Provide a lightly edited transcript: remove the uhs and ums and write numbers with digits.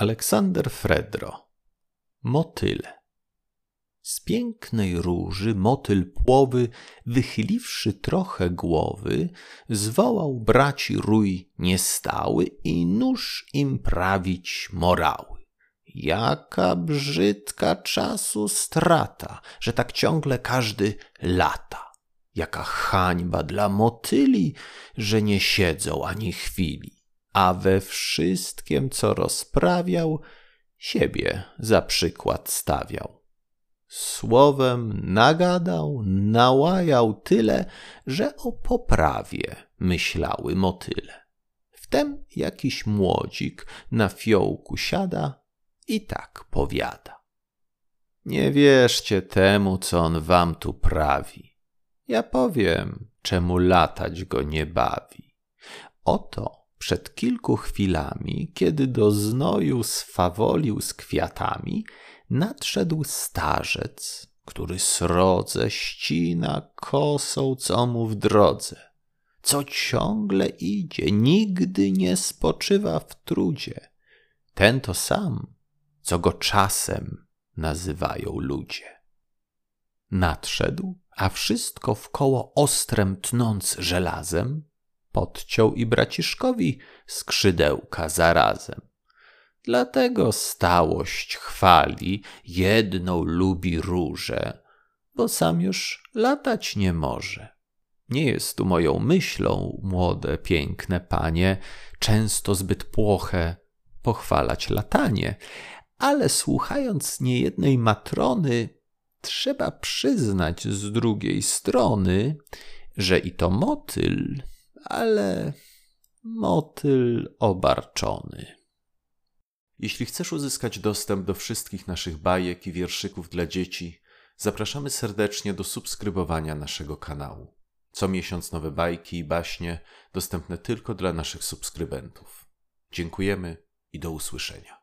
Aleksander Fredro. Motyle. Z pięknej róży motyl płowy, wychyliwszy trochę głowy, zwołał braci rój niestały i nóż im prawić morały. Jaka brzydka czasu strata, że tak ciągle każdy lata. Jaka hańba dla motyli, że nie siedzą ani chwili, a we wszystkiem, co rozprawiał, siebie za przykład stawiał. Słowem nagadał, nałajał tyle, że o poprawie myślały motyle. Wtem jakiś młodzik na fiołku siada i tak powiada. Nie wierzcie temu, co on wam tu prawi. Ja powiem, czemu latać go nie bawi. Oto przed kilku chwilami, kiedy do znoju swawolił z kwiatami, nadszedł starzec, który srodze ścina kosą, co mu w drodze, co ciągle idzie, nigdy nie spoczywa w trudzie. Ten to sam, co go czasem nazywają ludzie. Nadszedł, a wszystko wkoło ostrem tnąc żelazem, podciął i braciszkowi skrzydełka zarazem. Dlatego stałość chwali, jedną lubi róże, bo sam już latać nie może. Nie jest tu moją myślą, młode, piękne panie, często zbyt płoche pochwalać latanie, ale słuchając niejednej matrony, trzeba przyznać z drugiej strony, że i to motyl, ale motyl obarczony. Jeśli chcesz uzyskać dostęp do wszystkich naszych bajek i wierszyków dla dzieci, zapraszamy serdecznie do subskrybowania naszego kanału. Co miesiąc nowe bajki i baśnie dostępne tylko dla naszych subskrybentów. Dziękujemy i do usłyszenia.